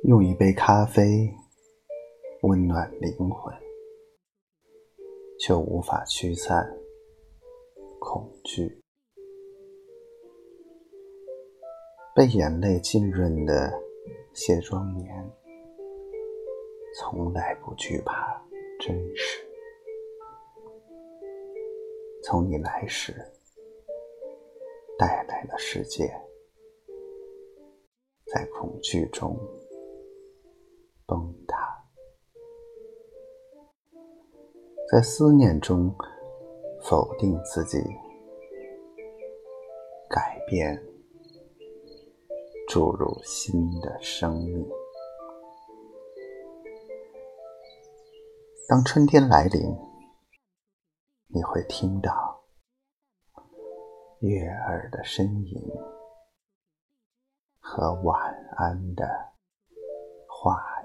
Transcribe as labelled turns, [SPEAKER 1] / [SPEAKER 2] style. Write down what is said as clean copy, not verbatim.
[SPEAKER 1] 用一杯咖啡温暖灵魂，却无法驱散恐惧。被眼泪浸润的卸妆棉，从来不惧怕真实。从你来时带来了世界，在恐惧中崩塌，在思念中否定自己，改变，注入新的生命。当春天来临，你会听到悦耳的呻吟和晚安的话